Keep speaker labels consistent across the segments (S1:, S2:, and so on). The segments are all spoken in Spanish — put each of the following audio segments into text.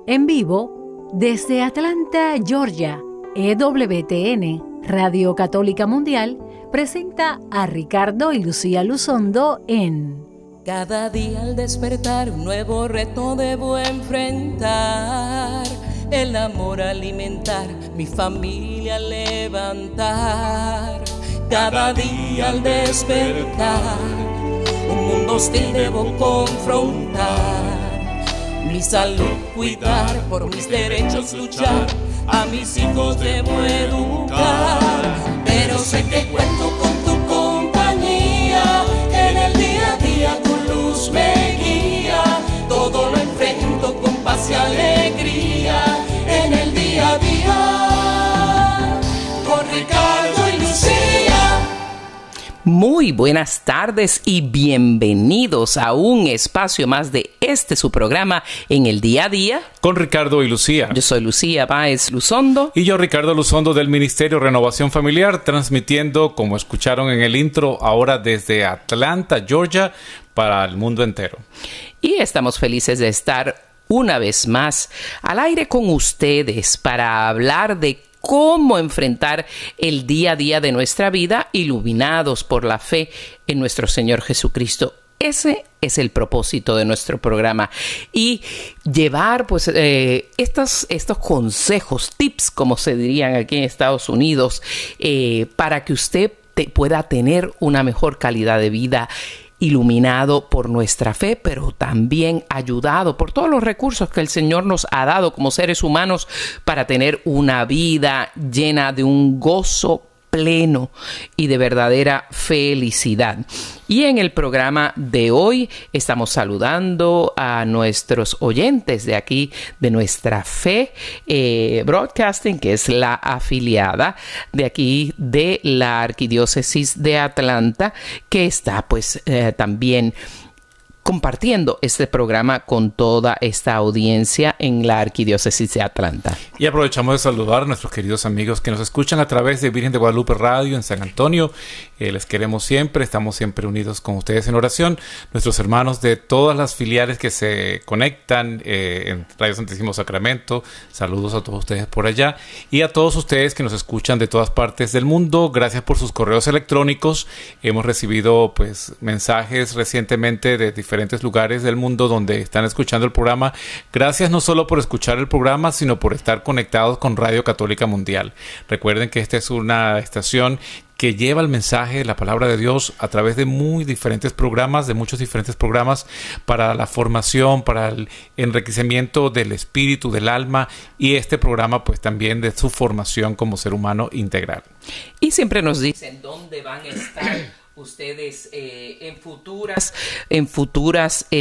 S1: En vivo, desde Atlanta, Georgia, EWTN, Radio Católica Mundial, presenta a Ricardo y Lucía Luzondo en
S2: Cada día al despertar un nuevo reto debo enfrentar. El amor alimentar, mi familia levantar. Cada día al despertar un mundo hostil debo confrontar. Mi salud cuidar, por mis derechos luchar. A mis hijos debo educar. Pero sé que cuento con tu compañía. En el día a día tu luz me guía. Todo lo enfrento con paz y alegría. En el día a día con Ricardo y Lucía.
S3: Muy buenas tardes y bienvenidos a un espacio más de su programa En el Día a Día
S4: con Ricardo y Lucía.
S3: Yo soy Lucía Báez Luzondo.
S4: Y yo, Ricardo Luzondo, del Ministerio Renovación Familiar, transmitiendo, como escucharon en el intro, ahora desde Atlanta, Georgia, para el mundo entero.
S3: Y estamos felices de estar una vez más al aire con ustedes para hablar de cómo enfrentar el día a día de nuestra vida iluminados por la fe en nuestro Señor Jesucristo. Ese es el propósito de nuestro programa y llevar pues estos consejos, tips, como se dirían aquí en Estados Unidos, para que usted pueda tener una mejor calidad de vida, iluminado por nuestra fe, pero también ayudado por todos los recursos que el Señor nos ha dado como seres humanos para tener una vida llena de un gozo pleno y de verdadera felicidad. Y en el programa de hoy estamos saludando a nuestros oyentes de aquí, de Nuestra Fe Broadcasting, que es la afiliada de aquí de la Arquidiócesis de Atlanta, que está pues también compartiendo este programa con toda esta audiencia en la Arquidiócesis de Atlanta.
S4: Y aprovechamos de saludar a nuestros queridos amigos que nos escuchan a través de Virgen de Guadalupe Radio en San Antonio. Les queremos siempre, estamos siempre unidos con ustedes en oración. Nuestros hermanos de todas las filiales que se conectan en Radio Santísimo Sacramento, saludos a todos ustedes por allá. Y a todos ustedes que nos escuchan de todas partes del mundo, gracias por sus correos electrónicos. Hemos recibido pues mensajes recientemente de diferentes lugares del mundo donde están escuchando el programa. Gracias no solo por escuchar el programa, sino por estar conectados con Radio Católica Mundial. Recuerden que esta es una estación que lleva el mensaje, la palabra de Dios, a través de muchos diferentes programas para la formación, para el enriquecimiento del espíritu, del alma, y este programa pues también de su formación como ser humano integral.
S3: Y siempre nos dicen dónde van a estar ustedes en futuras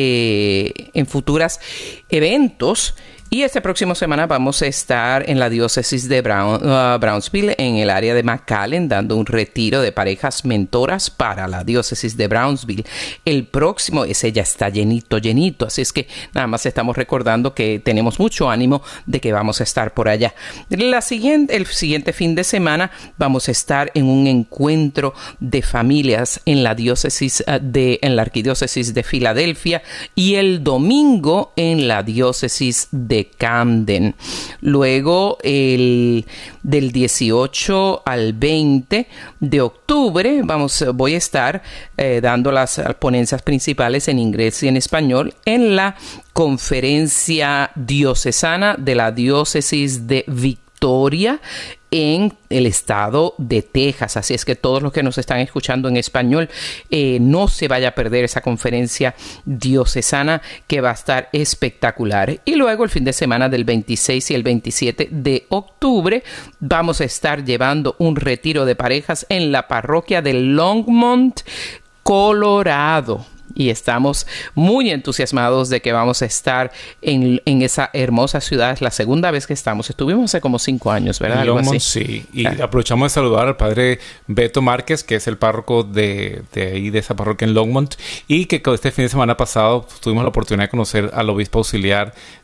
S3: eventos. Y esta próxima semana vamos a estar en la diócesis de Brownsville, en el área de McAllen, dando un retiro de parejas mentoras para la diócesis de Brownsville. El próximo, ese ya está llenito, así es que nada más estamos recordando que tenemos mucho ánimo de que vamos a estar por allá. El siguiente fin de semana vamos a estar en un encuentro de familias en la en la Arquidiócesis de Filadelfia, y el domingo en la diócesis de Camden. Luego, del 18 al 20 de octubre, voy a estar dando las ponencias principales en inglés y en español en la conferencia diocesana de la diócesis de Victoria en el estado de Texas. Así es que todos los que nos están escuchando en español, no se vaya a perder esa conferencia diocesana, que va a estar espectacular. Y luego el fin de semana del 26 y el 27 de octubre vamos a estar llevando un retiro de parejas en la parroquia de Longmont, Colorado. Y estamos muy entusiasmados de que vamos a estar en esa hermosa ciudad. Es la segunda vez que estamos. Estuvimos hace como 5 años, ¿verdad?
S4: Longmont, sí. Y aprovechamos de saludar al padre Beto Márquez, que es el párroco de ahí, de esa parroquia en Longmont. Y que este fin de semana pasado tuvimos la oportunidad de conocer al obispo auxiliar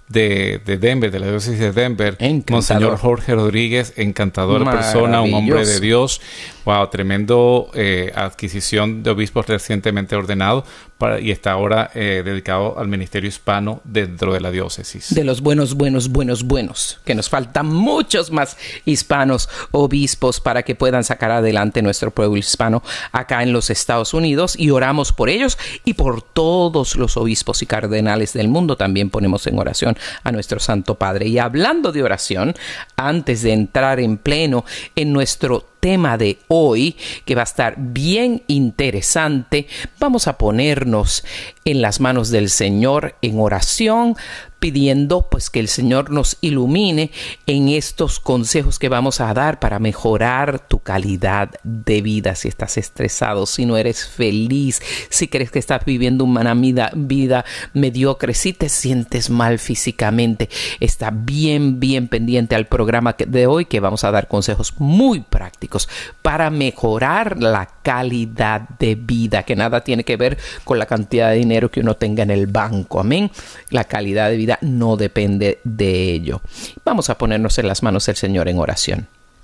S4: de Denver, de la diócesis de Denver, Monseñor Jorge Rodríguez, encantadora persona, un hombre de Dios. Wow, tremendo adquisición de obispos recientemente ordenado y está ahora dedicado al ministerio hispano dentro de la diócesis.
S3: De los buenos, que nos faltan muchos más hispanos obispos para que puedan sacar adelante nuestro pueblo hispano acá en los Estados Unidos, y oramos por ellos y por todos los obispos y cardenales del mundo. También ponemos en oración a nuestro Santo Padre. Y hablando de oración, antes de entrar en pleno en nuestro tema de hoy, que va a estar bien interesante, vamos a ponernos en las manos del Señor en oración, pidiendo pues que el Señor nos ilumine en estos consejos que vamos a dar para mejorar tu calidad de vida. Si estás estresado, si no eres feliz, si crees que estás viviendo una vida mediocre, si te sientes mal físicamente, está bien pendiente al programa de hoy, que vamos a dar consejos muy prácticos para mejorar la calidad de vida, que nada tiene que ver con la cantidad de dinero que uno tenga en el banco. Amén. La calidad de vida no depende de ello. Vamos a ponernos en las manos del Señor en oración.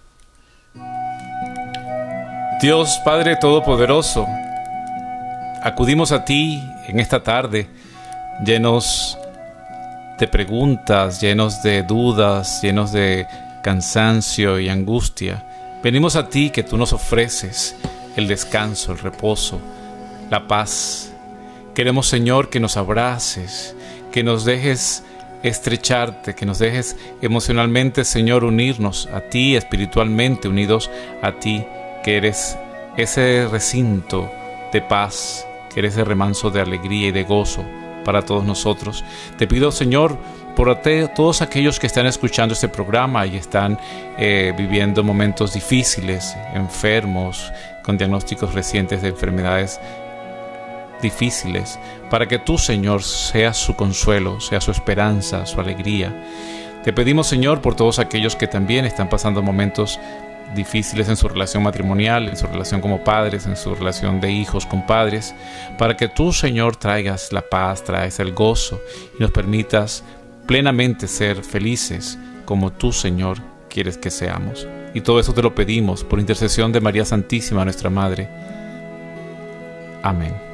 S4: Dios Padre Todopoderoso, acudimos a ti en esta tarde llenos de preguntas, llenos de dudas, llenos de cansancio y angustia. Venimos a ti, que tú nos ofreces el descanso, el reposo, la paz. Queremos, Señor, que nos abraces, que nos dejes estrecharte, que nos dejes emocionalmente, Señor, unirnos a ti, espiritualmente unidos a ti, que eres ese recinto de paz, que eres el remanso de alegría y de gozo para todos nosotros. Te pido, Señor, por todos aquellos que están escuchando este programa y están viviendo momentos difíciles, enfermos, con diagnósticos recientes de enfermedades difíciles, para que tú, Señor, seas su consuelo, seas su esperanza, su alegría. Te pedimos, Señor, por todos aquellos que también están pasando momentos difíciles en su relación matrimonial, en su relación como padres, en su relación de hijos con padres, para que tú, Señor, traigas la paz, traigas el gozo y nos permitas plenamente ser felices como tú, Señor, quieres que seamos. Y todo eso te lo pedimos por intercesión de María Santísima, nuestra Madre. Amén.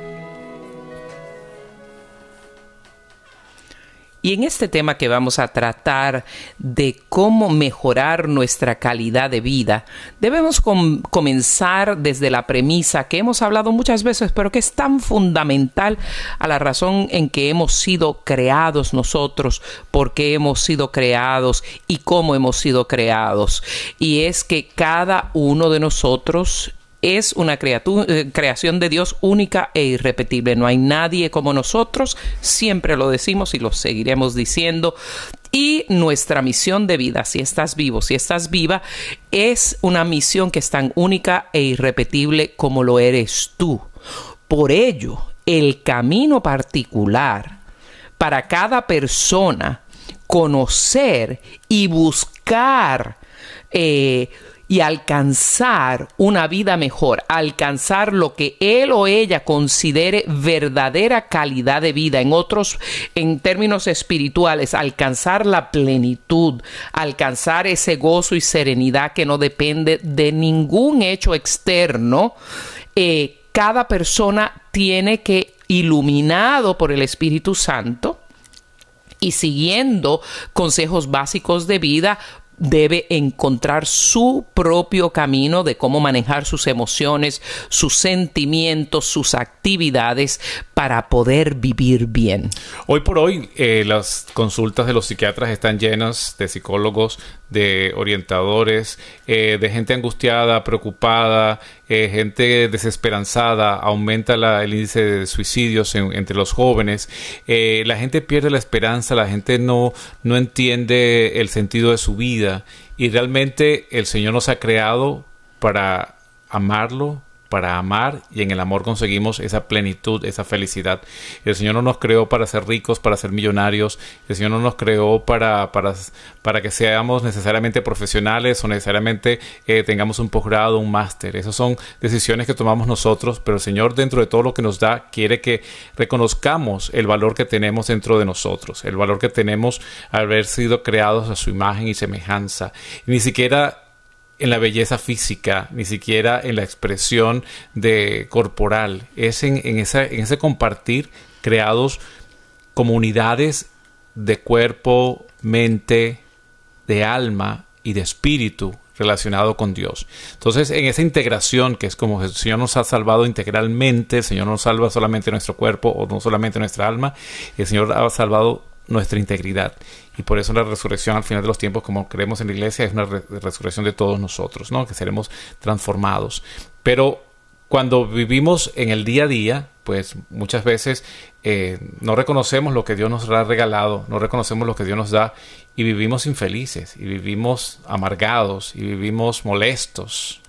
S3: Y en este tema que vamos a tratar de cómo mejorar nuestra calidad de vida, debemos comenzar desde la premisa que hemos hablado muchas veces, pero que es tan fundamental a la razón en que hemos sido creados nosotros, por qué hemos sido creados y cómo hemos sido creados. Y es que cada uno de nosotros es una creación de Dios única e irrepetible. No hay nadie como nosotros, siempre lo decimos y lo seguiremos diciendo. Y nuestra misión de vida, si estás vivo, si estás viva, es una misión que es tan única e irrepetible como lo eres tú. Por ello, el camino particular para cada persona conocer y buscar y alcanzar una vida mejor, alcanzar lo que él o ella considere verdadera calidad de vida, en términos espirituales, alcanzar la plenitud, alcanzar ese gozo y serenidad que no depende de ningún hecho externo. Cada persona tiene que, iluminado por el Espíritu Santo y siguiendo consejos básicos de vida, debe encontrar su propio camino de cómo manejar sus emociones, sus sentimientos, sus actividades para poder vivir bien.
S4: Hoy por hoy las consultas de los psiquiatras están llenas de psicólogos, de orientadores, de gente angustiada, preocupada, gente desesperanzada. Aumenta el índice de suicidios entre los jóvenes. La gente pierde la esperanza, la gente no entiende el sentido de su vida. Y realmente el Señor nos ha creado para amarlo, para amar, y en el amor conseguimos esa plenitud, esa felicidad. El Señor no nos creó para ser ricos, para ser millonarios. El Señor no nos creó para que seamos necesariamente profesionales o necesariamente tengamos un posgrado, un máster. Esas son decisiones que tomamos nosotros, pero el Señor, dentro de todo lo que nos da, quiere que reconozcamos el valor que tenemos dentro de nosotros, el valor que tenemos al haber sido creados a su imagen y semejanza. Y ni siquiera en la belleza física, ni siquiera en la expresión corporal. Es en ese compartir, creados como unidades de cuerpo, mente, de alma y de espíritu relacionado con Dios. Entonces, en esa integración, que es como el Señor nos ha salvado integralmente, el Señor no nos salva solamente nuestro cuerpo o no solamente nuestra alma, el Señor ha salvado nuestra integridad. Y por eso la resurrección al final de los tiempos, como creemos en la iglesia, es una resurrección de todos nosotros, ¿no? Que seremos transformados. Pero cuando vivimos en el día a día, pues muchas veces no reconocemos lo que Dios nos ha regalado, no reconocemos lo que Dios nos da, y vivimos infelices, y vivimos amargados, y vivimos molestos.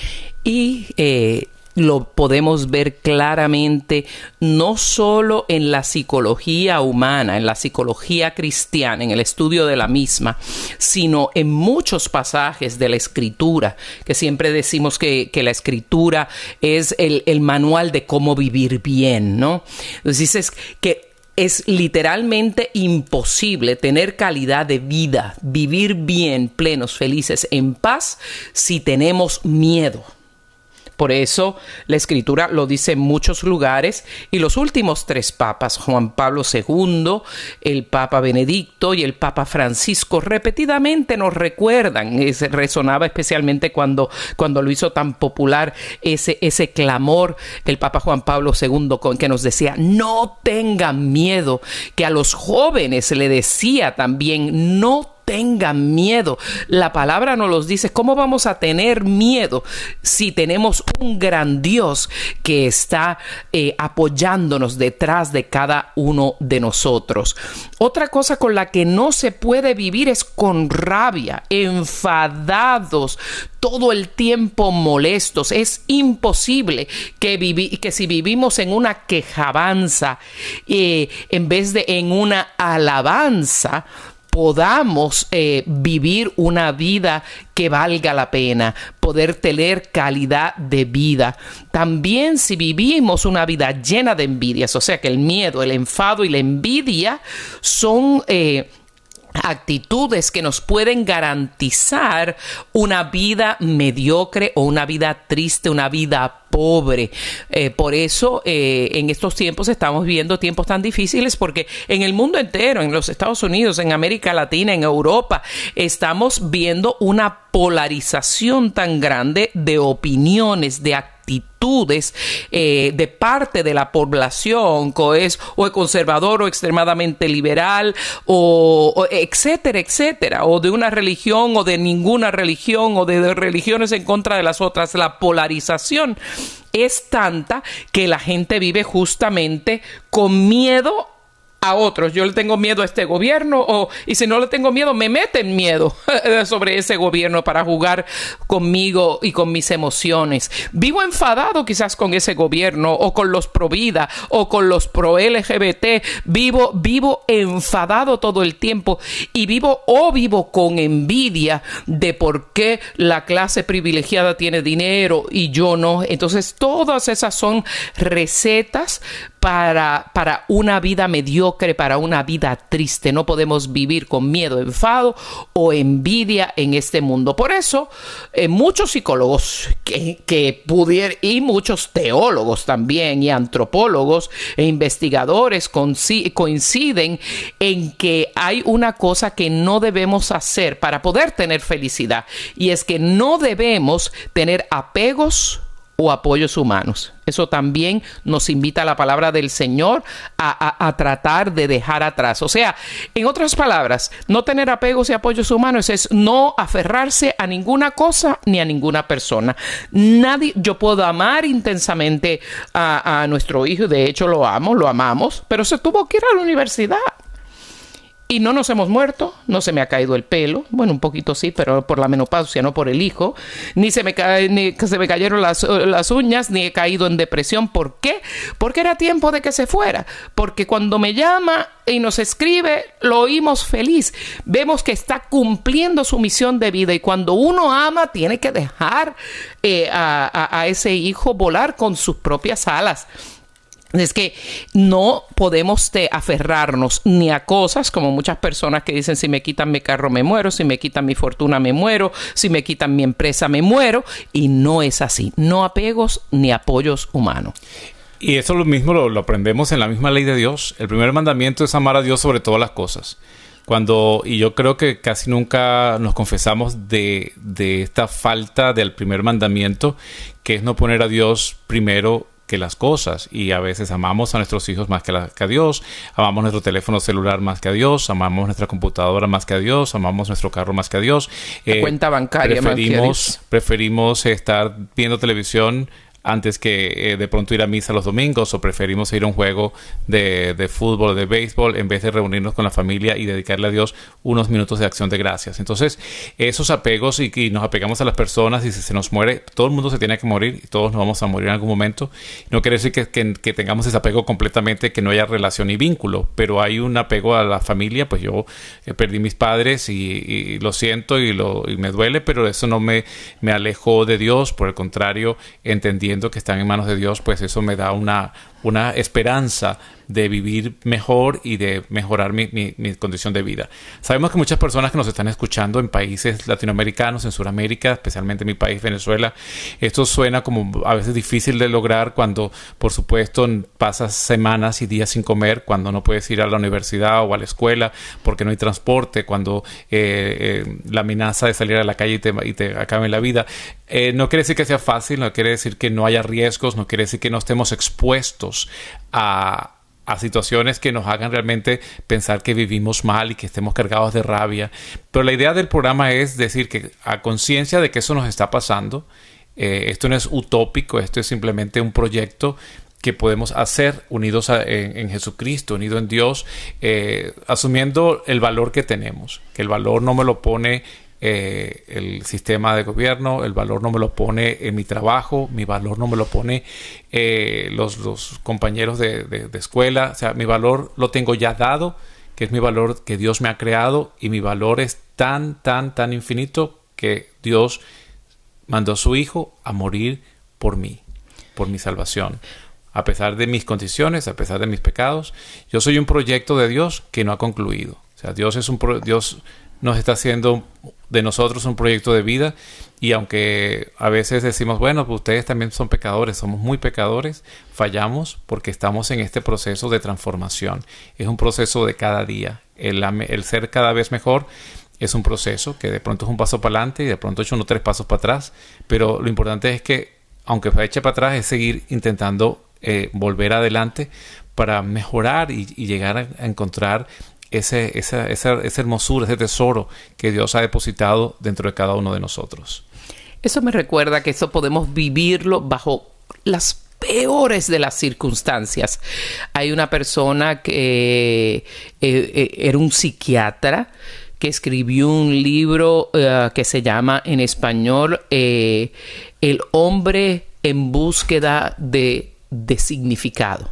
S3: Y lo podemos ver claramente no solo en la psicología humana, en la psicología cristiana, en el estudio de la misma, sino en muchos pasajes de la Escritura, que siempre decimos que la Escritura es el manual de cómo vivir bien, ¿no? Entonces dices que es literalmente imposible tener calidad de vida, vivir bien, plenos, felices, en paz, si tenemos miedo. Por eso la Escritura lo dice en muchos lugares, y los últimos 3 papas, Juan Pablo II, el Papa Benedicto y el Papa Francisco, repetidamente nos recuerdan, resonaba especialmente cuando lo hizo tan popular ese clamor, el Papa Juan Pablo II, que nos decía: no tengan miedo, que a los jóvenes le decía también: no tengan miedo. La palabra nos los dice. ¿Cómo vamos a tener miedo si tenemos un gran Dios que está apoyándonos detrás de cada uno de nosotros? Otra cosa con la que no se puede vivir es con rabia, enfadados, todo el tiempo molestos. Es imposible que si vivimos en una quejabanza en vez de en una alabanza, podamos vivir una vida que valga la pena, poder tener calidad de vida. También si vivimos una vida llena de envidias, o sea que el miedo, el enfado y la envidia son actitudes que nos pueden garantizar una vida mediocre o una vida triste, una vida pobre. Por eso en estos tiempos estamos viviendo tiempos tan difíciles, porque en el mundo entero, en los Estados Unidos, en América Latina, en Europa, estamos viendo una polarización tan grande de opiniones, de actitudes de parte de la población, que es o conservador o extremadamente liberal, o etcétera, etcétera, o de una religión o de ninguna religión, o de religiones en contra de las otras. La polarización es tanta que la gente vive justamente con miedo a otros. Yo le tengo miedo a este gobierno, y si no le tengo miedo, me meten miedo sobre ese gobierno para jugar conmigo y con mis emociones. Vivo enfadado quizás con ese gobierno, o con los pro vida, o con los pro LGBT. Vivo enfadado todo el tiempo, y vivo con envidia de por qué la clase privilegiada tiene dinero y yo no. Entonces todas esas son recetas para una vida mediocre, para una vida triste. No podemos vivir con miedo, enfado o envidia en este mundo. Por eso, muchos psicólogos y muchos teólogos también, y antropólogos e investigadores coinciden en que hay una cosa que no debemos hacer para poder tener felicidad, y es que no debemos tener apegos o apoyos humanos. Eso también nos invita a la palabra del Señor a tratar de dejar atrás. O sea, en otras palabras, no tener apegos y apoyos humanos es no aferrarse a ninguna cosa ni a ninguna persona. Yo puedo amar intensamente a nuestro hijo, de hecho lo amamos, pero se tuvo que ir a la universidad. Y no nos hemos muerto, no se me ha caído el pelo, bueno, un poquito sí, pero por la menopausia, no por el hijo, ni se me cayeron las uñas, ni he caído en depresión. ¿Por qué? Porque era tiempo de que se fuera, porque cuando me llama y nos escribe, lo oímos feliz, vemos que está cumpliendo su misión de vida, y cuando uno ama, tiene que dejar a ese hijo volar con sus propias alas. Es que no podemos aferrarnos ni a cosas, como muchas personas que dicen: si me quitan mi carro me muero, si me quitan mi fortuna me muero, si me quitan mi empresa me muero. Y no es así. No apegos ni apoyos humanos.
S4: Y eso lo mismo lo aprendemos en la misma ley de Dios. El primer mandamiento es amar a Dios sobre todas las cosas. Y yo creo que casi nunca nos confesamos de esta falta del primer mandamiento, que es no poner a Dios primero que las cosas. Y a veces amamos a nuestros hijos más que a Dios, amamos nuestro teléfono celular más que a Dios, amamos nuestra computadora más que a Dios, amamos nuestro carro más que a Dios.
S3: La cuenta bancaria más que a Dios.
S4: Preferimos estar viendo televisión antes que de pronto ir a misa los domingos, o preferimos ir a un juego de fútbol, de béisbol, en vez de reunirnos con la familia y dedicarle a Dios unos minutos de acción de gracias. Entonces, esos apegos, y nos apegamos a las personas, y si se nos muere, todo el mundo se tiene que morir, y todos nos vamos a morir en algún momento. No quiere decir que tengamos ese apego completamente, que no haya relación y vínculo, pero hay un apego a la familia. Pues yo perdí mis padres y lo siento y me duele, pero eso no me alejó de Dios. Por el contrario, entendiendo que están en manos de Dios, pues eso me da una esperanza de vivir mejor y de mejorar mi condición de vida. Sabemos que muchas personas que nos están escuchando en países latinoamericanos, en Sudamérica, especialmente en mi país, Venezuela, esto suena como a veces difícil de lograr cuando, por supuesto, pasas semanas y días sin comer, cuando no puedes ir a la universidad o a la escuela porque no hay transporte, cuando la amenaza de salir a la calle y te acabe la vida. No quiere decir que sea fácil, no quiere decir que no haya riesgos, no quiere decir que no estemos expuestos a situaciones que nos hagan realmente pensar que vivimos mal y que estemos cargados de rabia. Pero la idea del programa es decir que, a conciencia de que eso nos está pasando, esto no es utópico, esto es simplemente un proyecto que podemos hacer unidos en Jesucristo, unidos en Dios, asumiendo el valor que tenemos, que el valor no me lo pone el sistema de gobierno, el valor no me lo pone en mi trabajo, mi valor no me lo pone los compañeros de escuela. O sea, mi valor lo tengo ya dado, que es mi valor que Dios me ha creado, y mi valor es tan infinito que Dios mandó a su Hijo a morir por mí, por mi salvación. A pesar de mis condiciones, a pesar de mis pecados, yo soy un proyecto de Dios que no ha concluido. O sea, Dios nos está haciendo de nosotros un proyecto de vida, y aunque a veces decimos, bueno, pues ustedes también son pecadores, somos muy pecadores, fallamos porque estamos en este proceso de transformación. Es un proceso de cada día. El ser cada vez mejor es un proceso que de pronto es un paso para adelante y de pronto echo 3 pasos para atrás, pero lo importante es que, aunque eche para atrás, es seguir intentando volver adelante para mejorar y llegar a encontrar esa hermosura, ese tesoro que Dios ha depositado dentro de cada uno de nosotros.
S3: Eso me recuerda que eso podemos vivirlo bajo las peores de las circunstancias. Hay una persona que era un psiquiatra que escribió un libro que se llama en español El hombre en búsqueda de significado.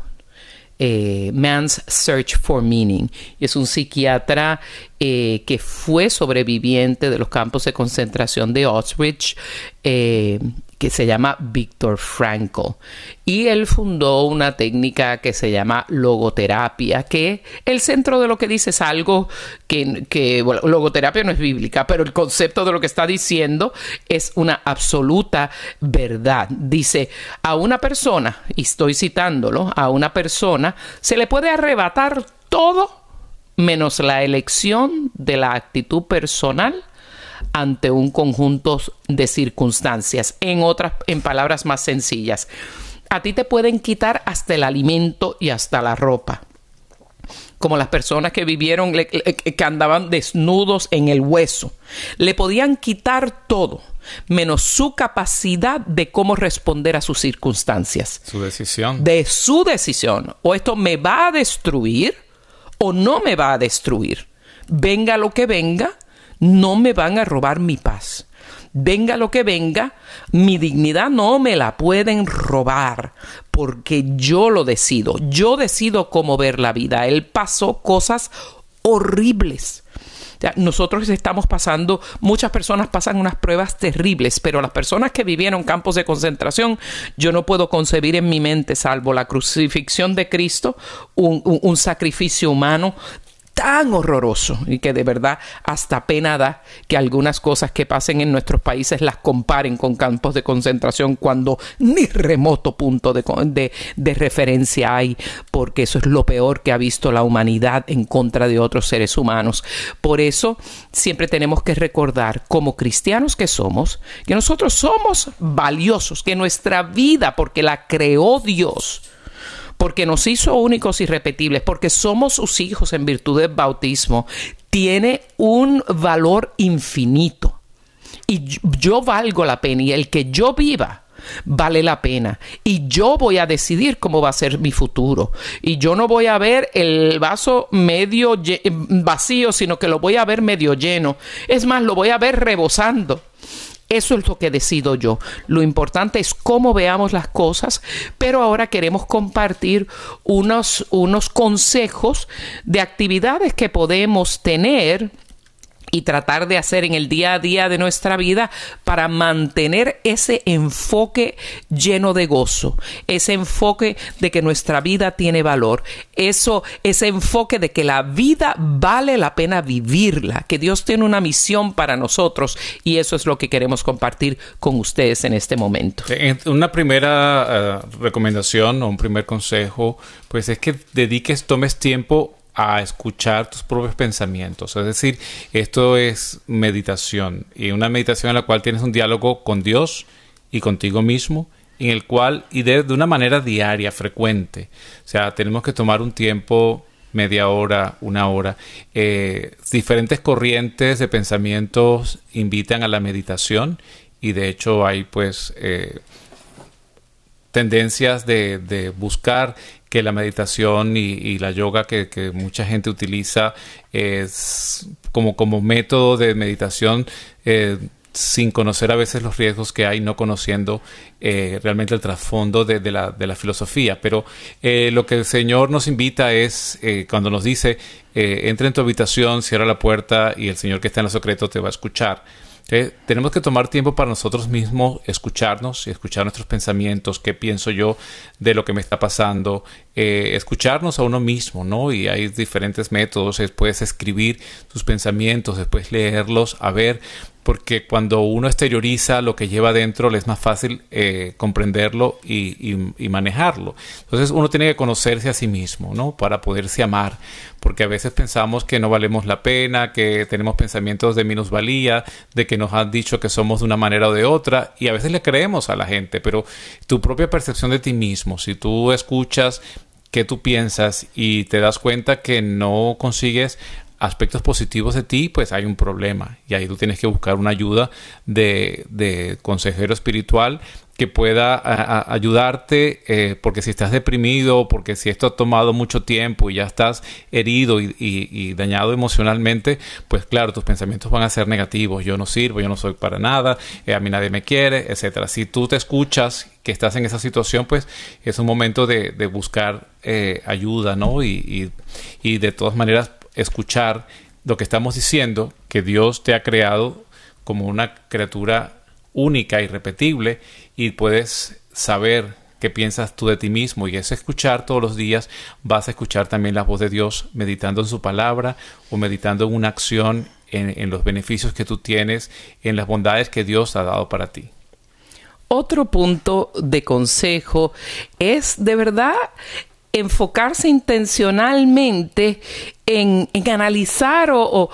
S3: Man's Search for Meaning. Y es un psiquiatra que fue sobreviviente de los campos de concentración de Auschwitz, que se llama Viktor Frankl. Y él fundó una técnica que se llama logoterapia, que el centro de lo que dice es algo que bueno, logoterapia no es bíblica, pero el concepto de lo que está diciendo es una absoluta verdad. Dice, a una persona, y estoy citándolo, a una persona se le puede arrebatar todo menos la elección de la actitud personal ante un conjunto de circunstancias. En palabras más sencillas, a ti te pueden quitar hasta el alimento y hasta la ropa, como las personas que vivieron, que andaban desnudos en el hueso. Le podían quitar todo, menos su capacidad de cómo responder a sus circunstancias.
S4: Su decisión.
S3: De su decisión. O esto me va a destruir o no me va a destruir. venga lo que venga, no me van a robar mi paz. Venga lo que venga, mi dignidad no me la pueden robar, porque yo lo decido. Yo decido cómo ver la vida. Él pasó cosas horribles. O sea, nosotros estamos pasando, muchas personas pasan unas pruebas terribles, pero las personas que vivieron campos de concentración, yo no puedo concebir en mi mente, salvo la crucifixión de Cristo, un sacrificio humano tan horroroso, y que de verdad hasta pena da que algunas cosas que pasen en nuestros países las comparen con campos de concentración cuando ni remoto punto de referencia hay, porque eso es lo peor que ha visto la humanidad en contra de otros seres humanos. Por eso siempre tenemos que recordar, como cristianos que somos, que nosotros somos valiosos, que nuestra vida, porque la creó Dios, porque nos hizo únicos y irrepetibles, porque somos sus hijos en virtud del bautismo, tiene un valor infinito. Y yo valgo la pena, y el que yo viva vale la pena. Y yo voy a decidir cómo va a ser mi futuro. Y yo no voy a ver el vaso medio vacío, sino que lo voy a ver medio lleno. Es más, lo voy a ver rebosando. Eso es lo que decido yo. Lo importante es cómo veamos las cosas, pero ahora queremos compartir unos consejos de actividades que podemos tener y tratar de hacer en el día a día de nuestra vida para mantener ese enfoque lleno de gozo, ese enfoque de que nuestra vida tiene valor, ese enfoque de que la vida vale la pena vivirla, que Dios tiene una misión para nosotros, y eso es lo que queremos compartir con ustedes en este momento.
S4: Una primera recomendación o un primer consejo, pues es que tomes tiempo a escuchar tus propios pensamientos. Es decir, esto es meditación, y una meditación en la cual tienes un diálogo con Dios y contigo mismo, en el cual, y de una manera diaria, frecuente. O sea, tenemos que tomar un tiempo, media hora, una hora. Diferentes corrientes de pensamientos invitan a la meditación, y de hecho hay pues tendencias de buscar que la meditación y la yoga que mucha gente utiliza es como método de meditación, sin conocer a veces los riesgos que hay, no conociendo realmente el trasfondo de la filosofía. Pero lo que el Señor nos invita es, cuando nos dice, entra en tu habitación, cierra la puerta, y el Señor que está en lo secreto te va a escuchar. Tenemos que tomar tiempo para nosotros mismos, escucharnos y escuchar nuestros pensamientos. ¿Qué pienso yo de lo que me está pasando? Escucharnos a uno mismo, ¿no? Y hay diferentes métodos. Puedes escribir tus pensamientos, después leerlos, a ver, porque cuando uno exterioriza lo que lleva adentro, le es más fácil comprenderlo y manejarlo. Entonces uno tiene que conocerse a sí mismo, ¿no? Para poderse amar, porque a veces pensamos que no valemos la pena, que tenemos pensamientos de minusvalía, de que nos han dicho que somos de una manera o de otra, y a veces le creemos a la gente. Pero tu propia percepción de ti mismo, si tú escuchas qué tú piensas y te das cuenta que no consigues aspectos positivos de ti, pues hay un problema, y ahí tú tienes que buscar una ayuda de consejero espiritual que pueda ayudarte, porque si estás deprimido, porque si esto ha tomado mucho tiempo y ya estás herido y dañado emocionalmente, pues claro, tus pensamientos van a ser negativos. Yo no sirvo, yo no soy para nada, a mí nadie me quiere, etcétera. Si tú te escuchas que estás en esa situación, pues es un momento de buscar ayuda, ¿no? Y de todas maneras escuchar lo que estamos diciendo, que Dios te ha creado como una criatura única, irrepetible, y puedes saber qué piensas tú de ti mismo, y ese escuchar todos los días, vas a escuchar también la voz de Dios meditando en su palabra o meditando en una acción, en los beneficios que tú tienes, en las bondades que Dios ha dado para ti.
S3: Otro punto de consejo es de verdad enfocarse intencionalmente en analizar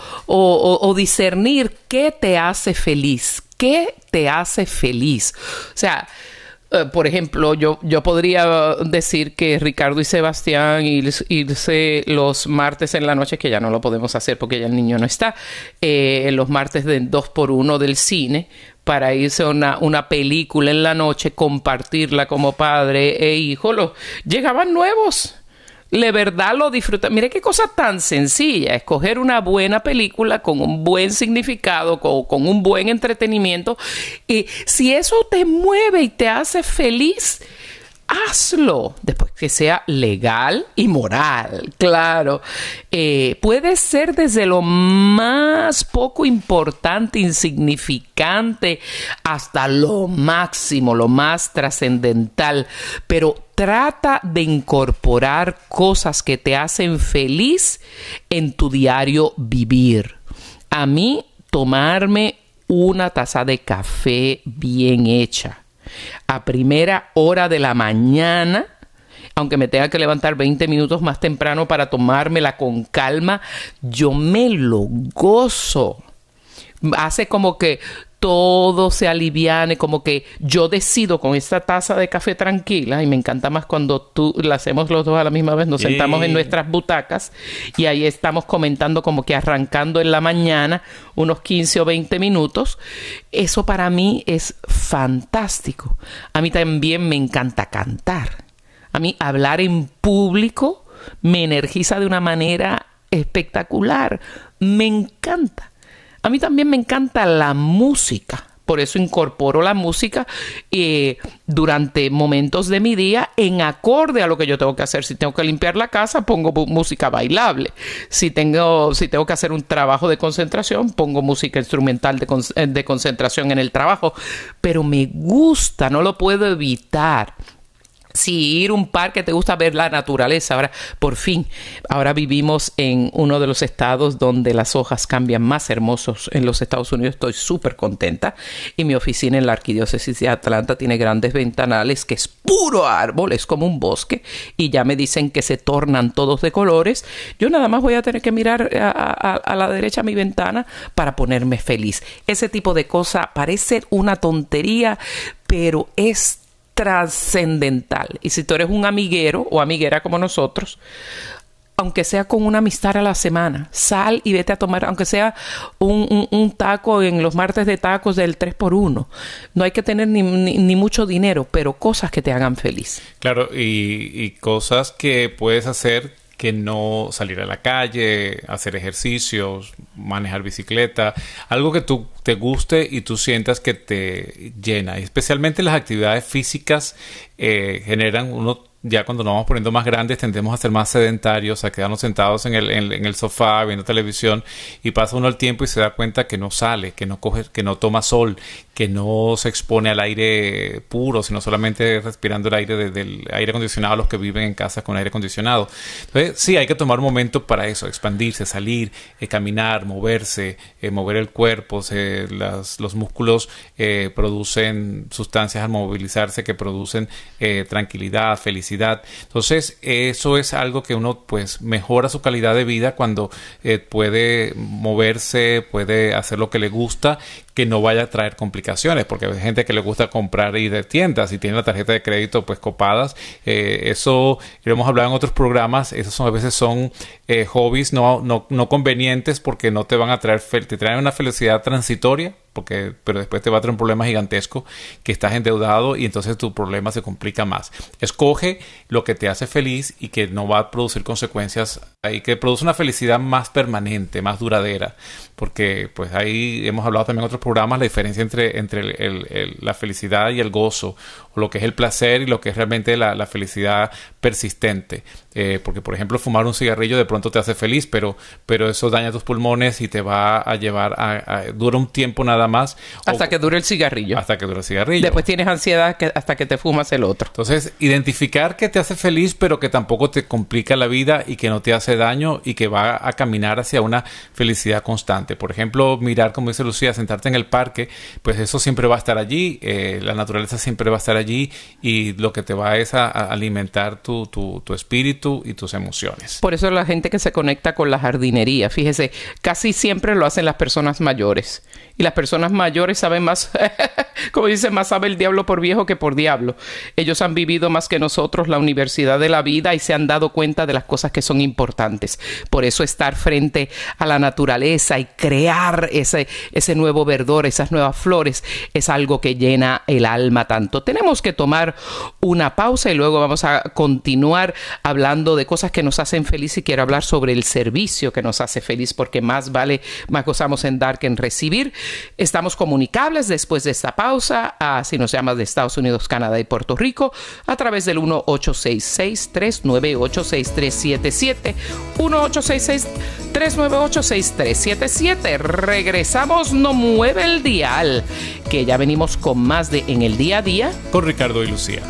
S3: o discernir qué te hace feliz. ¿Qué te hace feliz? O sea, por ejemplo, yo podría decir que Ricardo y Sebastián irse los martes en la noche, que ya no lo podemos hacer porque ya el niño no está, los martes de 2x1 del cine, para irse a una película en la noche, compartirla como padre e hijo. Llegaban nuevos de verdad lo disfrutas. Mire qué cosa tan sencilla, escoger una buena película con un buen significado, con un buen entretenimiento. Y si eso te mueve y te hace feliz, hazlo, después que sea legal y moral, claro. Puede ser desde lo más poco importante, insignificante, hasta lo máximo, lo más trascendental, pero trata de incorporar cosas que te hacen feliz en tu diario vivir. A mí, tomarme una taza de café bien hecha a primera hora de la mañana, aunque me tenga que levantar 20 minutos más temprano para tomármela con calma, yo me lo gozo. Hace como que todo se aliviane, como que yo decido con esta taza de café tranquila, y me encanta más cuando la hacemos los dos a la misma vez, nos sentamos en nuestras butacas y ahí estamos comentando, como que arrancando en la mañana unos 15 o 20 minutos. Eso para mí es fantástico. A mí también me encanta cantar. A mí hablar en público me energiza de una manera espectacular. Me encanta. A mí también me encanta la música, por eso incorporo la música durante momentos de mi día en acorde a lo que yo tengo que hacer. Si tengo que limpiar la casa, pongo música bailable. Si tengo que hacer un trabajo de concentración, pongo música instrumental de concentración en el trabajo. Pero me gusta, no lo puedo evitar. Si ir a un parque, te gusta ver la naturaleza. Ahora, por fin, ahora vivimos en uno de los estados donde las hojas cambian más hermosos en los Estados Unidos. Estoy súper contenta. Y mi oficina en la Arquidiócesis de Atlanta tiene grandes ventanales, que es puro árbol, es como un bosque. Y ya me dicen que se tornan todos de colores. Yo nada más voy a tener que mirar a la derecha mi ventana para ponerme feliz. Ese tipo de cosa parece una tontería, pero es trascendental. Y si tú eres un amiguero o amiguera como nosotros, aunque sea con una amistad a la semana, sal y vete a tomar, aunque sea un taco en los martes de tacos del 3x1. No hay que tener ni mucho dinero, pero cosas que te hagan feliz.
S4: Claro, y cosas que puedes hacer, que no salir a la calle, hacer ejercicios, manejar bicicleta, algo que tú te guste y tú sientas que te llena. Y especialmente las actividades físicas generan ya cuando nos vamos poniendo más grandes, tendemos a ser más sedentarios, a quedarnos sentados en el sofá viendo televisión, y pasa uno el tiempo y se da cuenta que no sale, que no toma sol, que no se expone al aire puro, sino solamente respirando el aire del aire acondicionado, los que viven en casas con aire acondicionado. Entonces, sí, hay que tomar un momento para eso, expandirse, salir, caminar, moverse, mover el cuerpo. Los músculos producen sustancias al movilizarse que producen tranquilidad, felicidad. Entonces, eso es algo que uno pues mejora su calidad de vida cuando puede moverse, puede hacer lo que le gusta, que no vaya a traer complicaciones, porque hay gente que le gusta comprar y de tiendas y tiene la tarjeta de crédito pues copadas. Eso lo hemos hablado en otros programas. Esos a veces son hobbies no convenientes, porque no te van a traer, te traen una felicidad transitoria, pero después te va a traer un problema gigantesco, que estás endeudado y entonces tu problema se complica más. Escoge lo que te hace feliz y que no va a producir consecuencias, y que produce una felicidad más permanente, más duradera, porque pues ahí hemos hablado también en otros programas la diferencia entre la felicidad y el gozo, o lo que es el placer y lo que es realmente la felicidad persistente. Porque, por ejemplo, fumar un cigarrillo de pronto te hace feliz, pero eso daña tus pulmones y te va a llevar dura un tiempo nada más.
S3: Hasta que dure el cigarrillo.
S4: Hasta que dure el cigarrillo.
S3: Después tienes ansiedad hasta que te fumas el otro.
S4: Entonces, identificar que te hace feliz, pero que tampoco te complica la vida y que no te hace daño y que va a caminar hacia una felicidad constante. Por ejemplo, mirar, como dice Lucía, sentarte en el parque, pues eso siempre va a estar allí. La naturaleza siempre va a estar allí, y lo que te va es a alimentar tu espíritu y tus emociones.
S3: Por eso la gente que se conecta con la jardinería, fíjese, casi siempre lo hacen las personas mayores. Y las personas mayores saben más, como dice, más sabe el diablo por viejo que por diablo. Ellos han vivido más que nosotros la universidad de la vida y se han dado cuenta de las cosas que son importantes. Por eso estar frente a la naturaleza y crear ese nuevo verdor, esas nuevas flores, es algo que llena el alma tanto. Tenemos que tomar una pausa y luego vamos a continuar hablando hablando de cosas que nos hacen feliz y quiero hablar sobre el servicio que nos hace feliz, porque más gozamos en dar que en recibir. Estamos comunicables después de esta pausa, si nos llamas de Estados Unidos, Canadá y Puerto Rico, a través del 1-866-398-6377. 1-866-398-6377. Regresamos, no mueve el dial, que ya venimos con más de En el Día a Día
S4: con Ricardo y Lucía.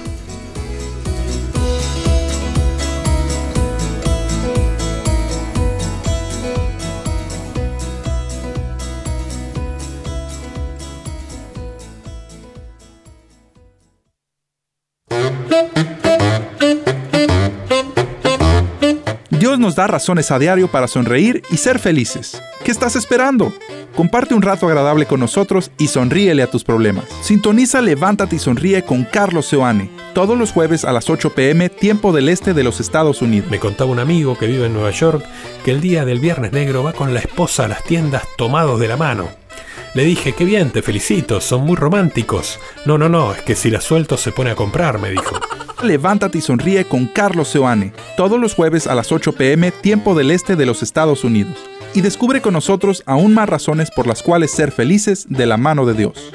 S5: Dios nos da razones a diario para sonreír y ser felices. ¿Qué estás esperando? Comparte un rato agradable con nosotros y sonríele a tus problemas. Sintoniza Levántate y Sonríe con Carlos Seoane, todos los jueves a las 8 p.m., tiempo del este de los Estados Unidos.
S6: Me contaba un amigo que vive en Nueva York que el día del Viernes Negro va con la esposa a las tiendas tomados de la mano. Le dije, qué bien, te felicito, son muy románticos. No, es que si la suelto se pone a comprar, me dijo.
S5: Levántate y Sonríe con Carlos Seoane, todos los jueves a las 8 p.m., tiempo del este de los Estados Unidos. Y descubre con nosotros aún más razones por las cuales ser felices de la mano de Dios.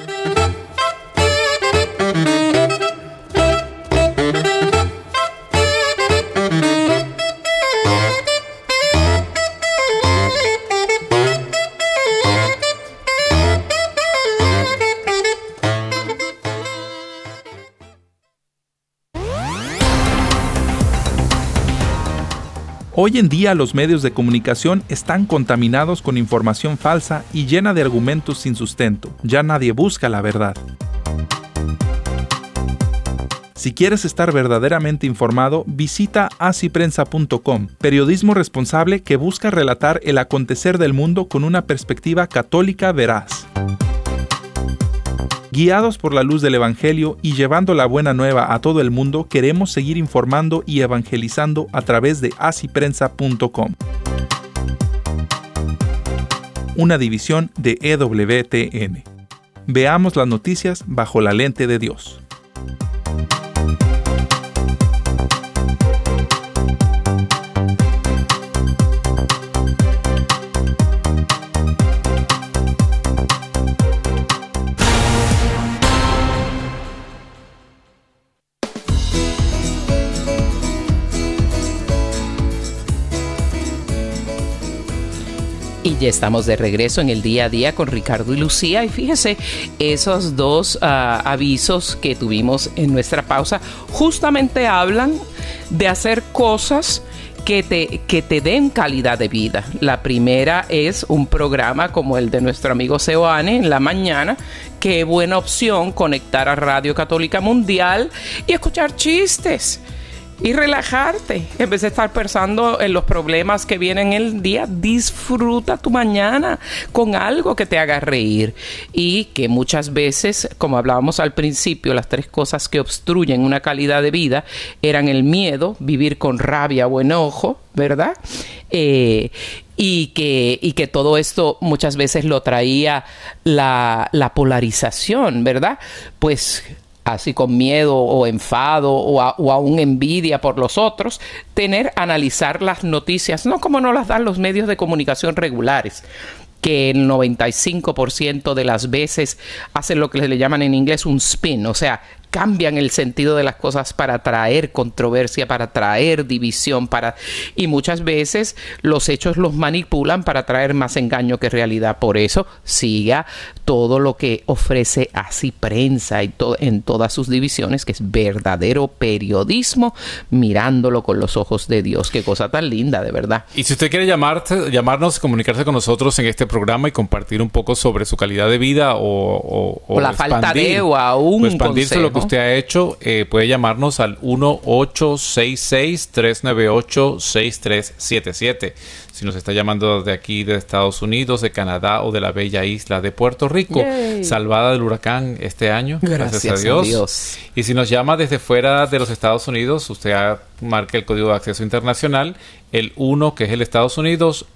S5: Hoy en día los medios de comunicación están contaminados con información falsa y llena de argumentos sin sustento. Ya nadie busca la verdad. Si quieres estar verdaderamente informado, visita asiprensa.com, periodismo responsable que busca relatar el acontecer del mundo con una perspectiva católica veraz. Guiados por la luz del Evangelio y llevando la buena nueva a todo el mundo, queremos seguir informando y evangelizando a través de asiprensa.com. Una división de EWTN. Veamos las noticias bajo la lente de Dios.
S3: Y ya estamos de regreso en el Día a Día con Ricardo y Lucía. Y fíjese, esos dos avisos que tuvimos en nuestra pausa justamente hablan de hacer cosas que te den calidad de vida. La primera es un programa como el de nuestro amigo Seoane en la mañana. Qué buena opción conectar a Radio Católica Mundial y escuchar chistes. Y relajarte, en vez de estar pensando en los problemas que vienen el día. Disfruta tu mañana con algo que te haga reír. Y que muchas veces, como hablábamos al principio, las 3 cosas que obstruyen una calidad de vida eran el miedo, vivir con rabia o enojo, ¿verdad? Y que todo esto muchas veces lo traía la polarización, ¿verdad? Pues así con miedo o enfado o aún envidia por los otros, analizar las noticias, no como nos las dan los medios de comunicación regulares, que el 95% de las veces hacen lo que le llaman en inglés un spin, o sea, cambian el sentido de las cosas para traer controversia, para traer división, y muchas veces los hechos los manipulan para traer más engaño que realidad. Por eso siga todo lo que ofrece Así Prensa y en todas sus divisiones, que es verdadero periodismo, mirándolo con los ojos de Dios. Qué cosa tan linda, de verdad.
S4: Y si usted quiere llamarnos, comunicarse con nosotros en este programa y compartir un poco sobre su calidad de vida o
S3: la falta de o aún
S4: expandirse lo que usted ha hecho, puede llamarnos al 1-866-398-6377. Si nos está llamando de aquí, de Estados Unidos, de Canadá o de la bella isla de Puerto Rico, salvada del huracán este año, gracias a Dios. Y si nos llama desde fuera de los Estados Unidos, usted marca el código de acceso internacional, el 1, que es el Estados Unidos,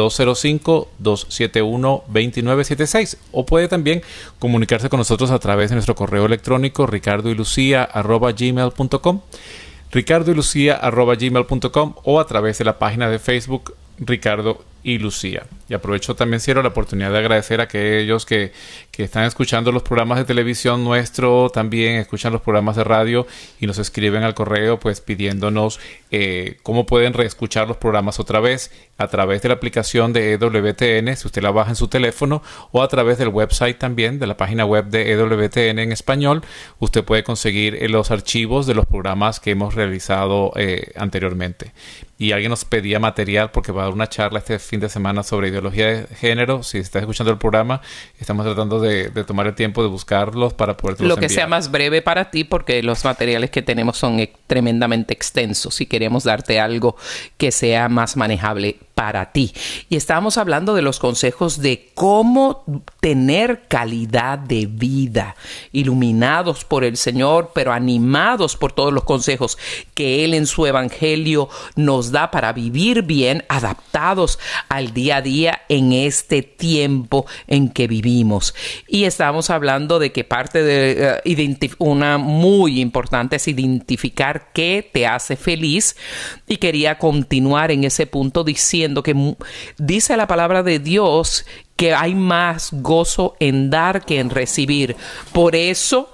S4: 205-271-2976. O puede también comunicarse con nosotros a través de nuestro correo electrónico ricardoylucia@gmail.com. ricardoylucia@gmail.com o a través de la página de Facebook Ricardo y Lucía. Y aprovecho también, Cielo, la oportunidad de agradecer a aquellos que están escuchando los programas de televisión nuestro, también escuchan los programas de radio y nos escriben al correo pues pidiéndonos cómo pueden reescuchar los programas otra vez a través de la aplicación de EWTN, si usted la baja en su teléfono, o a través del website también, de la página web de EWTN en español. Usted puede conseguir los archivos de los programas que hemos realizado anteriormente. Y alguien nos pedía material porque va a dar una charla este fin de semana sobre ideología de género. Si estás escuchando el programa, estamos tratando de tomar el tiempo de buscarlos para poderlos enviar.
S3: Lo que sea más breve para ti, porque los materiales que tenemos son tremendamente extensos y queremos darte algo que sea más manejable para ti. Y estábamos hablando de los consejos de cómo tener calidad de vida, iluminados por el Señor, pero animados por todos los consejos que Él en su Evangelio nos da para vivir bien, adaptados al día a día en este tiempo en que vivimos. Y estábamos hablando de que parte de una muy importante es identificar qué te hace feliz, y quería continuar en ese punto diciendo que dice la palabra de Dios que hay más gozo en dar que en recibir. Por eso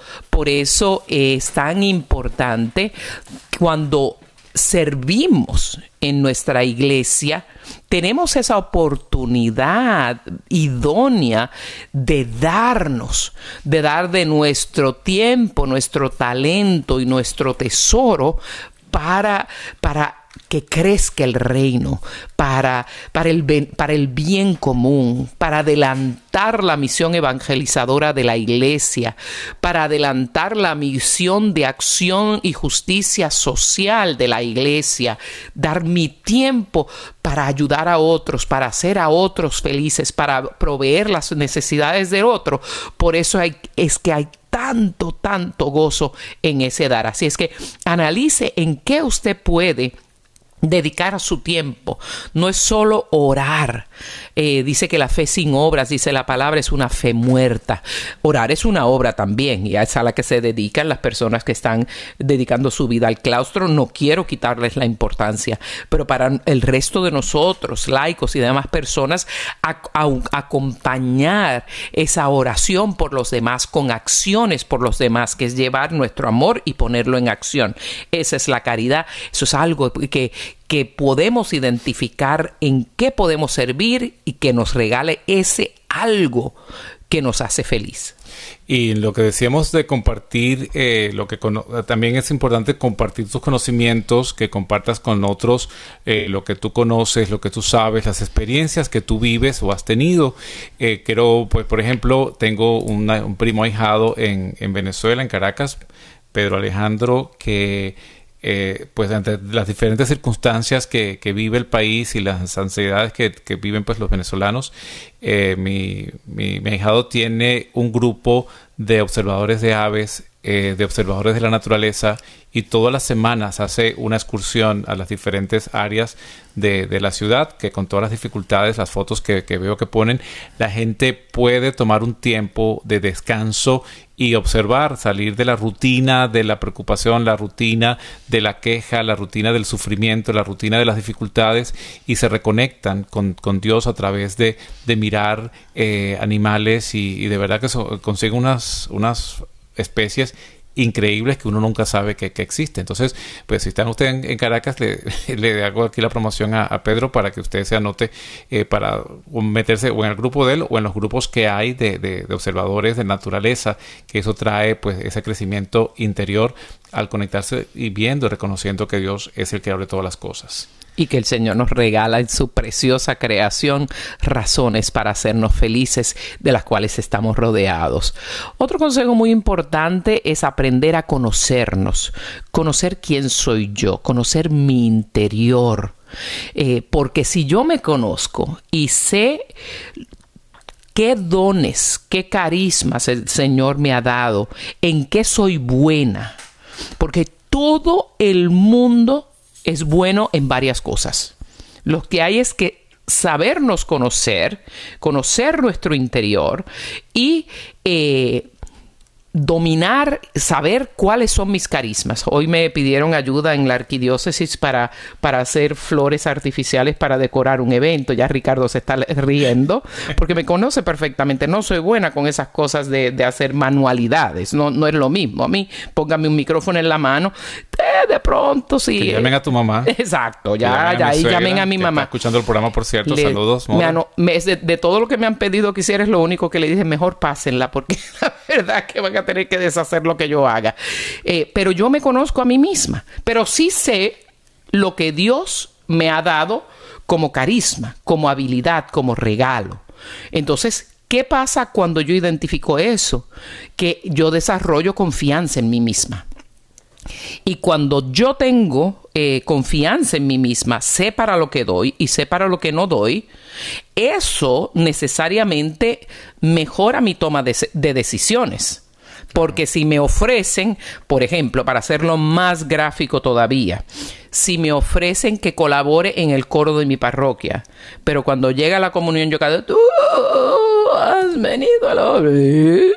S3: es tan importante cuando servimos en nuestra iglesia, tenemos esa oportunidad idónea de dar de nuestro tiempo, nuestro talento y nuestro tesoro para que crezca el reino, para el bien común, para adelantar la misión evangelizadora de la iglesia, para adelantar la misión de acción y justicia social de la iglesia, dar mi tiempo para ayudar a otros, para hacer a otros felices, para proveer las necesidades de otro. Por eso es que hay tanto gozo en ese dar. Así es que analice en qué usted puede dedicar a su tiempo. No es solo orar. Dice que la fe sin obras, dice la palabra, es una fe muerta. Orar es una obra también, y es a la que se dedican las personas que están dedicando su vida al claustro. No quiero quitarles la importancia, pero para el resto de nosotros, laicos y demás personas, acompañar esa oración por los demás con acciones por los demás, que es llevar nuestro amor y ponerlo en acción. Esa es la caridad. Eso es algo que podemos identificar en qué podemos servir y que nos regale ese algo que nos hace feliz.
S4: Y lo que decíamos de compartir, también es importante compartir tus conocimientos, que compartas con otros lo que tú conoces, lo que tú sabes, las experiencias que tú vives o has tenido. Pues, por ejemplo, tengo un primo ahijado en Venezuela, en Caracas, Pedro Alejandro, que pues ante las diferentes circunstancias que vive el país y las ansiedades que viven pues los venezolanos, mi ahijado tiene un grupo de observadores de aves, de observadores de la naturaleza, y todas las semanas hace una excursión a las diferentes áreas de la ciudad, que con todas las dificultades, las fotos que veo que ponen, la gente puede tomar un tiempo de descanso y observar, salir de la rutina de la preocupación, la rutina de la queja, la rutina del sufrimiento, la rutina de las dificultades, y se reconectan con Dios a través de mirar animales, y de verdad que consiguen unas especies increíbles que uno nunca sabe que existen. Entonces, pues si están ustedes en Caracas, le hago aquí la promoción a Pedro para que usted se anote para meterse o en el grupo de él o en los grupos que hay de observadores de naturaleza, que eso trae pues ese crecimiento interior al conectarse y viendo y reconociendo que Dios es el creador de todas las cosas.
S3: Y que el Señor nos regala en su preciosa creación razones para hacernos felices, de las cuales estamos rodeados. Otro consejo muy importante es aprender a conocernos, conocer quién soy yo, conocer mi interior. Porque si yo me conozco y sé qué dones, qué carismas el Señor me ha dado, en qué soy buena, porque todo el mundo es bueno en varias cosas. Lo que hay es que sabernos conocer nuestro interior y dominar, saber cuáles son mis carismas. Hoy me pidieron ayuda en la arquidiócesis para hacer flores artificiales para decorar un evento. Ya Ricardo se está riendo porque me conoce perfectamente. No soy buena con esas cosas de hacer manualidades. No es lo mismo. A mí, póngame un micrófono en la mano. De pronto, sí.
S4: Que llamen a tu mamá.
S3: Exacto. Ya ahí llamen a mi mamá.
S4: Está escuchando el programa, por cierto. Saludos.
S3: De todo lo que me han pedido que hiciera, es lo único que le dije, mejor pásenla, porque la verdad que van a tener que deshacer lo que yo haga. Pero yo me conozco a mí misma. Pero sí sé lo que Dios me ha dado como carisma, como habilidad, como regalo. Entonces, ¿qué pasa cuando yo identifico eso? Que yo desarrollo confianza en mí misma. Y cuando yo tengo confianza en mí misma, sé para lo que doy y sé para lo que no doy, eso necesariamente mejora mi toma de decisiones. Porque si me ofrecen, por ejemplo, para hacerlo más gráfico todavía, si me ofrecen que colabore en el coro de mi parroquia, pero cuando llega la comunión yo cada tú has venido a la orilla.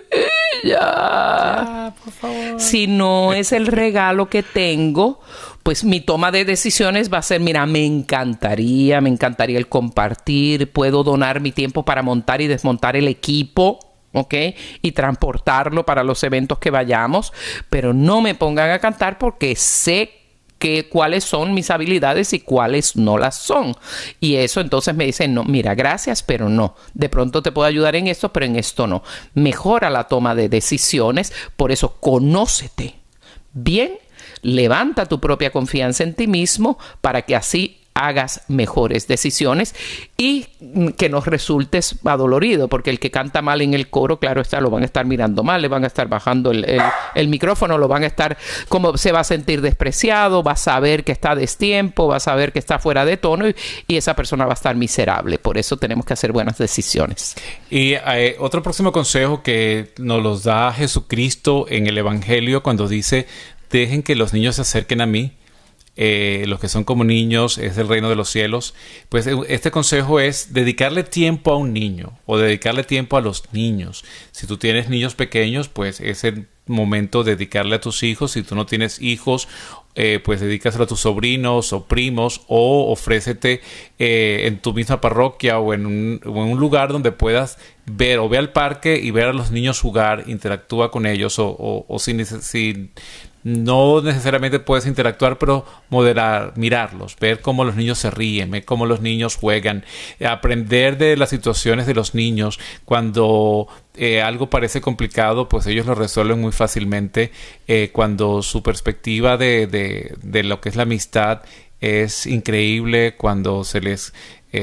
S3: Ya, por favor. Si no es el regalo que tengo, pues mi toma de decisiones va a ser, mira, me encantaría el compartir, puedo donar mi tiempo para montar y desmontar el equipo, ¿ok? Y transportarlo para los eventos que vayamos, pero no me pongan a cantar porque sé cuáles son mis habilidades y cuáles no las son. Y eso entonces me dicen, no, mira, gracias, pero no. De pronto te puedo ayudar en esto, pero en esto no. Mejora la toma de decisiones, por eso conócete bien, levanta tu propia confianza en ti mismo para que así hagas mejores decisiones y que no resultes adolorido, porque el que canta mal en el coro, claro está, lo van a estar mirando mal, le van a estar bajando el micrófono, lo van a estar, como se va a sentir despreciado, va a saber que está a destiempo, va a saber que está fuera de tono y esa persona va a estar miserable. Por eso tenemos que hacer buenas decisiones.
S4: Y otro próximo consejo que nos los da Jesucristo en el Evangelio cuando dice, dejen que los niños se acerquen a mí. Los que son como niños es el reino de los cielos. Pues este consejo es dedicarle tiempo a un niño o dedicarle tiempo a los niños. Si tú tienes niños pequeños, pues es el momento de dedicarle a tus hijos. Si tú no tienes hijos, pues dedícaselo a tus sobrinos o primos, o ofrécete en tu misma parroquia o en un lugar donde puedas ver, o ve al parque y ver a los niños jugar, interactúa con ellos, o si no necesariamente puedes interactuar, pero moderar, mirarlos, ver cómo los niños se ríen, ver cómo los niños juegan, aprender de las situaciones de los niños. Cuando algo parece complicado, pues ellos lo resuelven muy fácilmente. Cuando su perspectiva de lo que es la amistad es increíble, cuando se les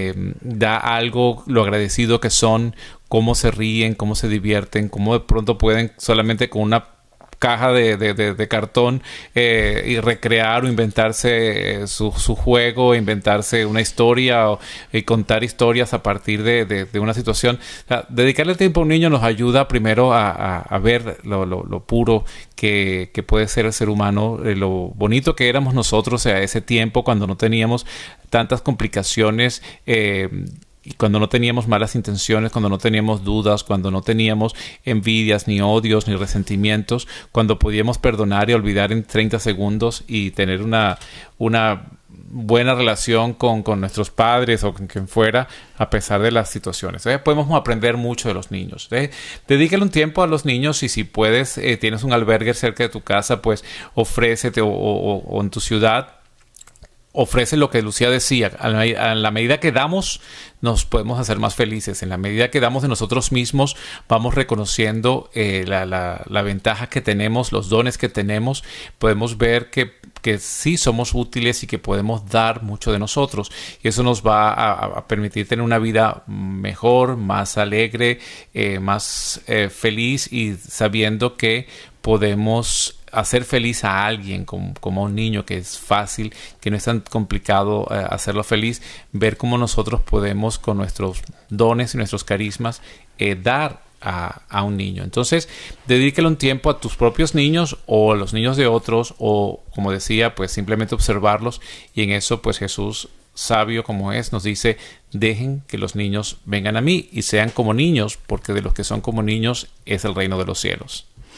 S4: da algo, lo agradecido que son, cómo se ríen, cómo se divierten, cómo de pronto pueden solamente con una caja de cartón y recrear o inventarse su juego, inventarse una historia y contar historias a partir de una situación. O sea, dedicarle tiempo a un niño nos ayuda primero a ver lo puro que puede ser el ser humano, lo bonito que éramos nosotros a ese tiempo cuando no teníamos tantas complicaciones, y cuando no teníamos malas intenciones, cuando no teníamos dudas, cuando no teníamos envidias, ni odios, ni resentimientos, cuando podíamos perdonar y olvidar en 30 segundos y tener una buena relación con nuestros padres o con quien fuera, a pesar de las situaciones. Podemos aprender mucho de los niños. Dedícale un tiempo a los niños, y si puedes, tienes un albergue cerca de tu casa, pues ofrécete, o en tu ciudad, ofrece lo que Lucía decía. A la medida que damos, nos podemos hacer más felices. En la medida que damos de nosotros mismos, vamos reconociendo la ventaja que tenemos, los dones que tenemos. Podemos ver que sí somos útiles y que podemos dar mucho de nosotros. Y eso nos va a permitir tener una vida mejor, más alegre, más feliz, y sabiendo que podemos hacer feliz a alguien como a un niño, que es fácil, que no es tan complicado hacerlo feliz. Ver cómo nosotros podemos, con nuestros dones y nuestros carismas, dar a un niño. Entonces, dedícale un tiempo a tus propios niños o a los niños de otros, o, como decía, pues simplemente observarlos. Y en eso, pues Jesús, sabio como es, nos dice: dejen que los niños vengan a mí y sean como niños, porque de los que son como niños es el reino de los cielos.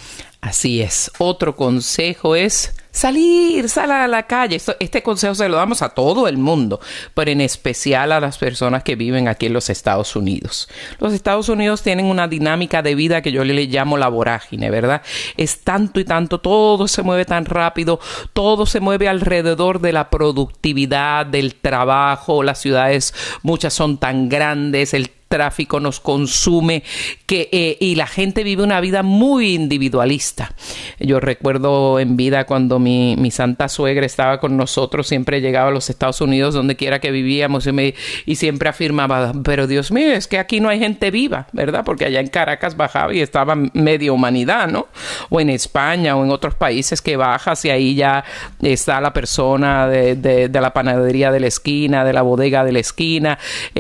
S3: Así es. Otro consejo es sal a la calle. Este consejo se lo damos a todo el mundo, pero en especial a las personas que viven aquí en los Estados Unidos. Los Estados Unidos tienen una dinámica de vida que yo le llamo la vorágine, ¿verdad? Es tanto y tanto, todo se mueve tan rápido, todo se mueve alrededor de la productividad, del trabajo. Las ciudades, muchas son tan grandes, el tráfico nos consume y la gente vive una vida muy individualista. Yo recuerdo en vida cuando mi santa suegra estaba con nosotros, siempre llegaba a los Estados Unidos, donde quiera que vivíamos, y siempre afirmaba, pero Dios mío, es que aquí no hay gente viva, ¿verdad? Porque allá en Caracas bajaba y estaba media humanidad, ¿no? O en España o en otros países que bajas y ahí ya está la persona de la panadería de la esquina, de la bodega de la esquina,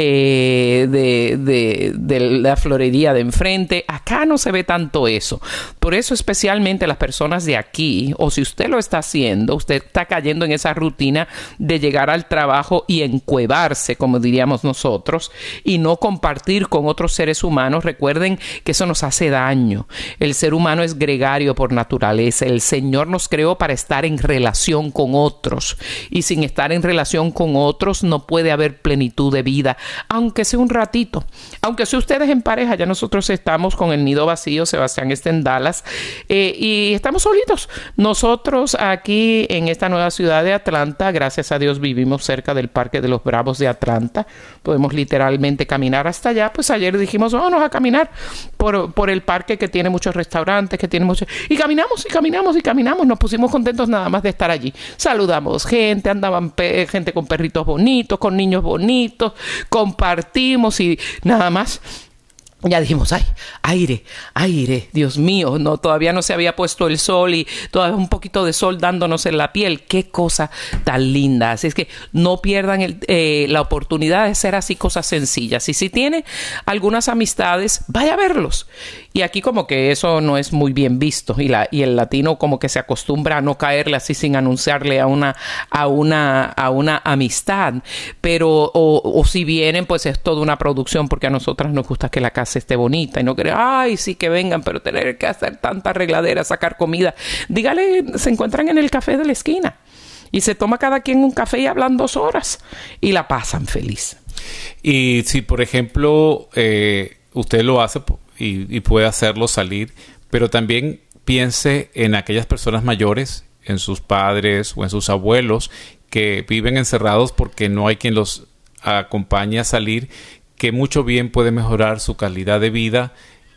S3: de la florería de enfrente. Acá no se ve tanto eso. Por eso especialmente las personas de aquí, o si usted lo está haciendo, usted está cayendo en esa rutina de llegar al trabajo y encuevarse, como diríamos nosotros, y no compartir con otros seres humanos. Recuerden que eso nos hace daño. El ser humano es gregario por naturaleza. El Señor nos creó para estar en relación con otros, y sin estar en relación con otros no puede haber plenitud de vida, aunque sea un ratito. Aunque sea ustedes en pareja, ya nosotros estamos con el nido vacío. Sebastián está en Dallas y estamos solitos. Nosotros aquí en esta nueva ciudad de Atlanta, gracias a Dios vivimos cerca del Parque de los Bravos de Atlanta. Podemos literalmente caminar hasta allá. Pues ayer dijimos, vámonos a caminar por el parque, que tiene muchos restaurantes, que tiene muchos... Y caminamos. Nos pusimos contentos nada más de estar allí. Saludamos gente, andaban gente con perritos bonitos, con niños bonitos, compartimos y nada más. Ya dijimos, aire, Dios mío, no, todavía no se había puesto el sol y todavía un poquito de sol dándonos en la piel. Qué cosa tan linda. Así es que no pierdan la oportunidad de hacer así cosas sencillas. Y si tiene algunas amistades, vaya a verlos. Y aquí como que eso no es muy bien visto, y el latino como que se acostumbra a no caerle así sin anunciarle a una amistad. Pero o si vienen, pues es toda una producción, porque a nosotras nos gusta que la casa esté bonita y no querer, sí que vengan, pero tener que hacer tanta arregladera, sacar comida. Dígale, se encuentran en el café de la esquina y se toma cada quien un café y hablan 2 horas y la pasan feliz.
S4: Y si, por ejemplo, usted lo hace y puede hacerlo salir, pero también piense en aquellas personas mayores, en sus padres o en sus abuelos que viven encerrados porque no hay quien los acompañe a salir, que mucho bien puede mejorar su calidad de vida,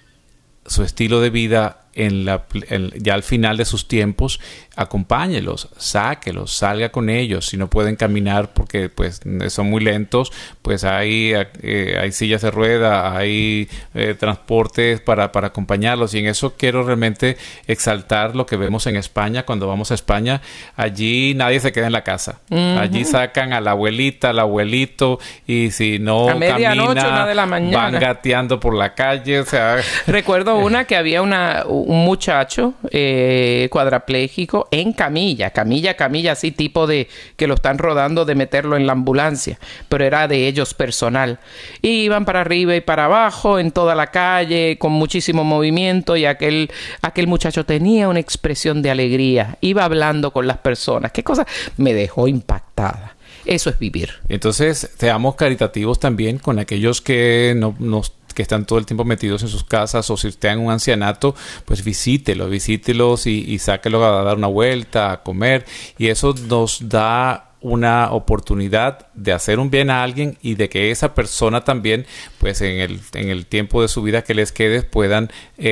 S4: su estilo de vida ya al final de sus tiempos. Acompáñelos, sáquelos, salga con ellos. Si no pueden caminar porque pues son muy lentos, pues hay sillas de rueda, hay transportes para acompañarlos. Y en eso quiero realmente exaltar lo que vemos en España. Cuando vamos a España, allí nadie se queda en la casa. Uh-huh. Allí sacan a la abuelita, al abuelito, y si no
S3: a medianoche, 1 de la mañana,
S4: van gateando por la calle. O sea,
S3: recuerdo una que había un muchacho cuadrapléjico en camilla, así tipo de que lo están rodando de meterlo en la ambulancia, pero era de ellos personal. Y iban para arriba y para abajo en toda la calle con muchísimo movimiento, y aquel muchacho tenía una expresión de alegría, iba hablando con las personas. Qué cosa me dejó impactada. Eso es vivir. Entonces, seamos caritativos también con aquellos que que están todo el tiempo metidos en sus casas, o si usted en un ancianato, pues visítelos y sáquelos a dar una vuelta, a comer, y eso nos da una oportunidad de hacer un bien a alguien, y de que esa persona también, pues en el tiempo de su vida que les quede, puedan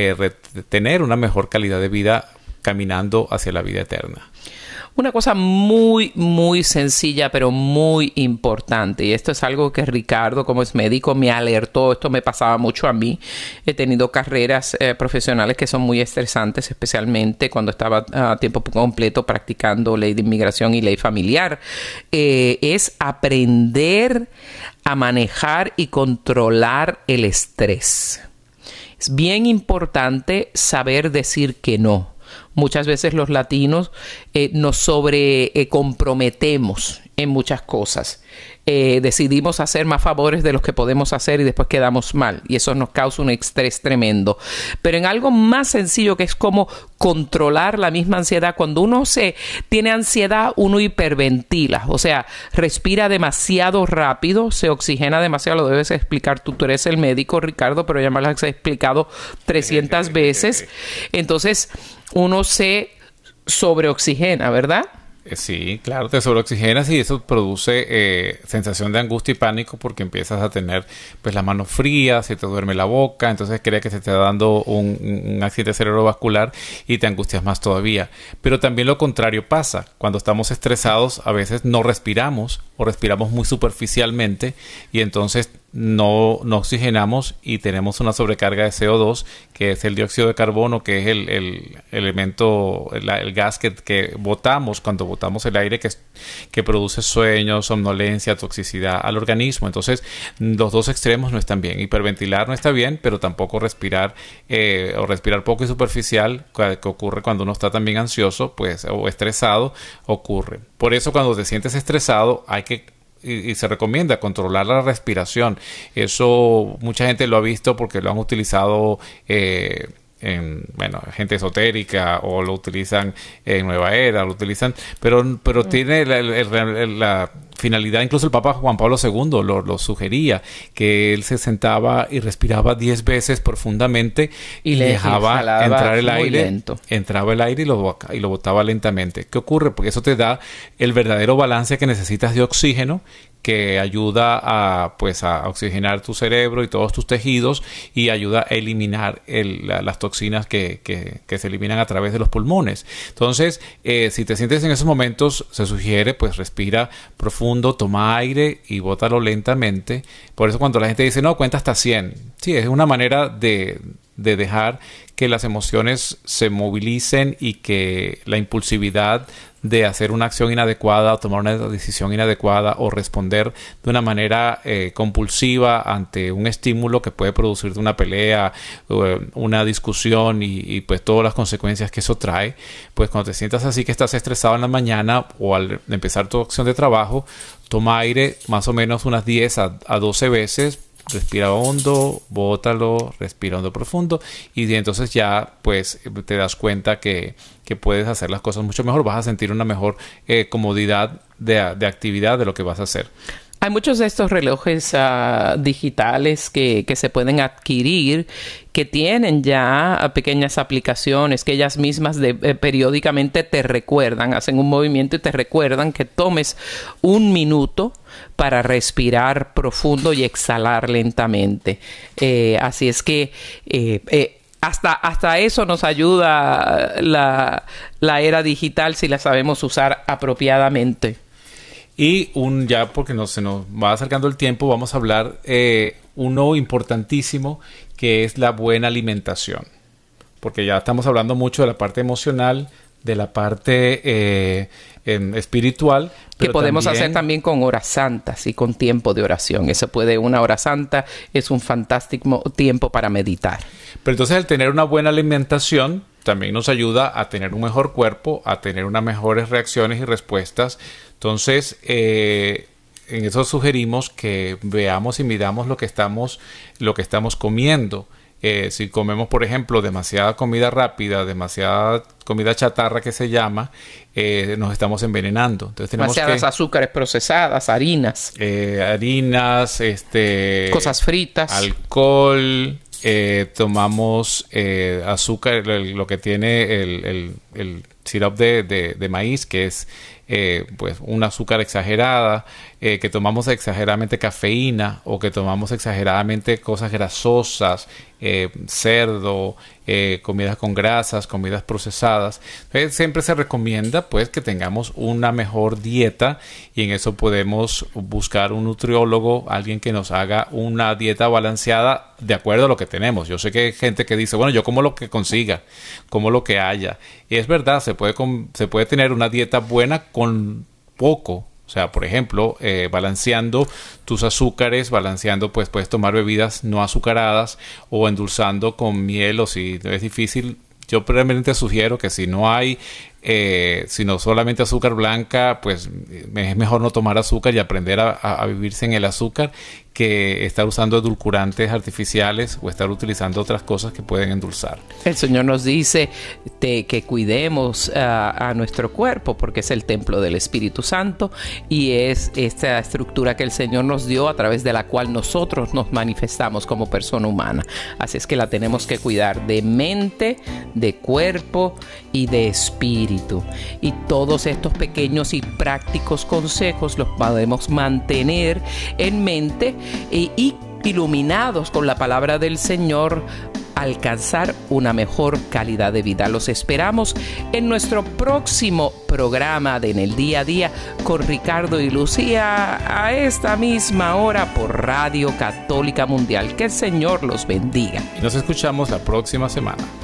S3: tener una mejor calidad de vida caminando hacia la vida eterna. Una cosa muy, muy sencilla, pero muy importante. Y esto es algo que Ricardo, como es médico, me alertó. Esto me pasaba mucho a mí. He tenido carreras profesionales que son muy estresantes, especialmente cuando estaba a tiempo completo practicando ley de inmigración y ley familiar. Es aprender a manejar y controlar el estrés. Es bien importante saber decir que no. Muchas veces los latinos nos comprometemos en muchas cosas. Decidimos hacer más favores de los que podemos hacer y después quedamos mal, y eso nos causa un estrés tremendo. Pero en algo más sencillo, que es como controlar la misma ansiedad, cuando uno tiene ansiedad, uno hiperventila, o sea, respira demasiado rápido, se oxigena demasiado. Lo debes explicar tú eres el médico, Ricardo, pero ya me lo has explicado 300 veces. Entonces uno se sobreoxigena, ¿verdad?
S4: Sí, claro, te sobreoxigenas y eso produce sensación de angustia y pánico, porque empiezas a tener pues las manos frías, se te duerme la boca, entonces crees que se te está dando un accidente cerebrovascular y te angustias más todavía. Pero también lo contrario pasa. Cuando estamos estresados, a veces no respiramos o respiramos muy superficialmente y entonces no oxigenamos y tenemos una sobrecarga de CO2, que es el dióxido de carbono, que es el elemento, el gas que botamos cuando botamos el aire, que produce sueño, somnolencia, toxicidad al organismo. Entonces los dos extremos no están bien. Hiperventilar no está bien, pero tampoco respirar o respirar poco y superficial, que ocurre cuando uno está también ansioso pues o estresado, ocurre. Por eso cuando te sientes estresado hay que y se recomienda controlar la respiración. Eso mucha gente lo ha visto porque lo han utilizado gente esotérica, o lo utilizan en Nueva Era, lo utilizan, pero tiene la finalidad. Incluso el Papa Juan Pablo II lo sugería, que él se sentaba y respiraba 10 veces profundamente y dejaba entrar el aire, lento. Entraba el aire y lo botaba lentamente. ¿Qué ocurre? Porque eso te da el verdadero balance que necesitas de oxígeno, que ayuda a oxigenar tu cerebro y todos tus tejidos, y ayuda a eliminar las toxinas que se eliminan a través de los pulmones. Entonces, si te sientes en esos momentos, se sugiere pues respira profundo, toma aire y bótalo lentamente. Por eso cuando la gente dice, no, cuenta hasta 100. Sí, es una manera de dejar que las emociones se movilicen y que la impulsividad de hacer una acción inadecuada o tomar una decisión inadecuada o responder de una manera compulsiva ante un estímulo que puede producirte una pelea, una discusión y pues todas las consecuencias que eso trae. Pues cuando te sientas así, que estás estresado en la mañana o al empezar tu acción de trabajo, toma aire más o menos unas 10 a 12 veces. Respira hondo, bótalo, respira hondo profundo, y entonces ya pues te das cuenta que puedes hacer las cosas mucho mejor. Vas a sentir una mejor comodidad de actividad de lo que vas a hacer.
S3: Hay muchos de estos relojes digitales que se pueden adquirir, que tienen ya pequeñas aplicaciones que ellas mismas periódicamente te recuerdan, hacen un movimiento y te recuerdan que tomes 1 minuto para respirar profundo y exhalar lentamente. Así es que hasta eso nos ayuda la era digital, si la sabemos usar apropiadamente.
S4: Y ya porque se nos va acercando el tiempo, vamos a hablar uno importantísimo, que es la buena alimentación. Porque ya estamos hablando mucho de la parte emocional, de la parte espiritual.
S3: Que podemos hacer también con horas santas y con tiempo de oración. Una hora santa es un fantástico tiempo para meditar.
S4: Pero entonces el tener una buena alimentación también nos ayuda a tener un mejor cuerpo, a tener unas mejores reacciones y respuestas. Entonces, en eso sugerimos que veamos y midamos lo que estamos comiendo. Si comemos, por ejemplo, demasiada comida rápida, demasiada comida chatarra que se llama, nos estamos envenenando. Entonces, tenemos
S3: demasiadas azúcares procesadas, harinas, cosas fritas,
S4: alcohol. Tomamos azúcar, lo que tiene el sirope de maíz, que es pues un azúcar exagerada, que tomamos exageradamente cafeína, o que tomamos exageradamente cosas grasosas, cerdo, comidas con grasas, comidas procesadas. Entonces, siempre se recomienda pues que tengamos una mejor dieta, y en eso podemos buscar un nutriólogo, alguien que nos haga una dieta balanceada de acuerdo a lo que tenemos. Yo sé que hay gente que dice, bueno, yo como lo que consiga, como lo que haya. Y es verdad, se puede tener una dieta buena con poco. O sea, por ejemplo, balanceando tus azúcares, pues puedes tomar bebidas no azucaradas, o endulzando con miel, o si es difícil, yo realmente sugiero que si no hay sino solamente azúcar blanca, pues es mejor no tomar azúcar y aprender a vivirse en el azúcar que estar usando edulcorantes artificiales o estar utilizando otras cosas que pueden endulzar.
S3: El Señor nos dice que cuidemos a nuestro cuerpo porque es el templo del Espíritu Santo y es esta estructura que el Señor nos dio a través de la cual nosotros nos manifestamos como persona humana. Así es que la tenemos que cuidar de mente, de cuerpo y de espíritu. Y todos estos pequeños y prácticos consejos los podemos mantener en mente y iluminados con la palabra del Señor, alcanzar una mejor calidad de vida. Los esperamos en nuestro próximo programa de En el Día a Día con Ricardo y Lucía a esta misma hora por Radio Católica Mundial. Que el Señor los bendiga.
S4: Y nos escuchamos la próxima semana.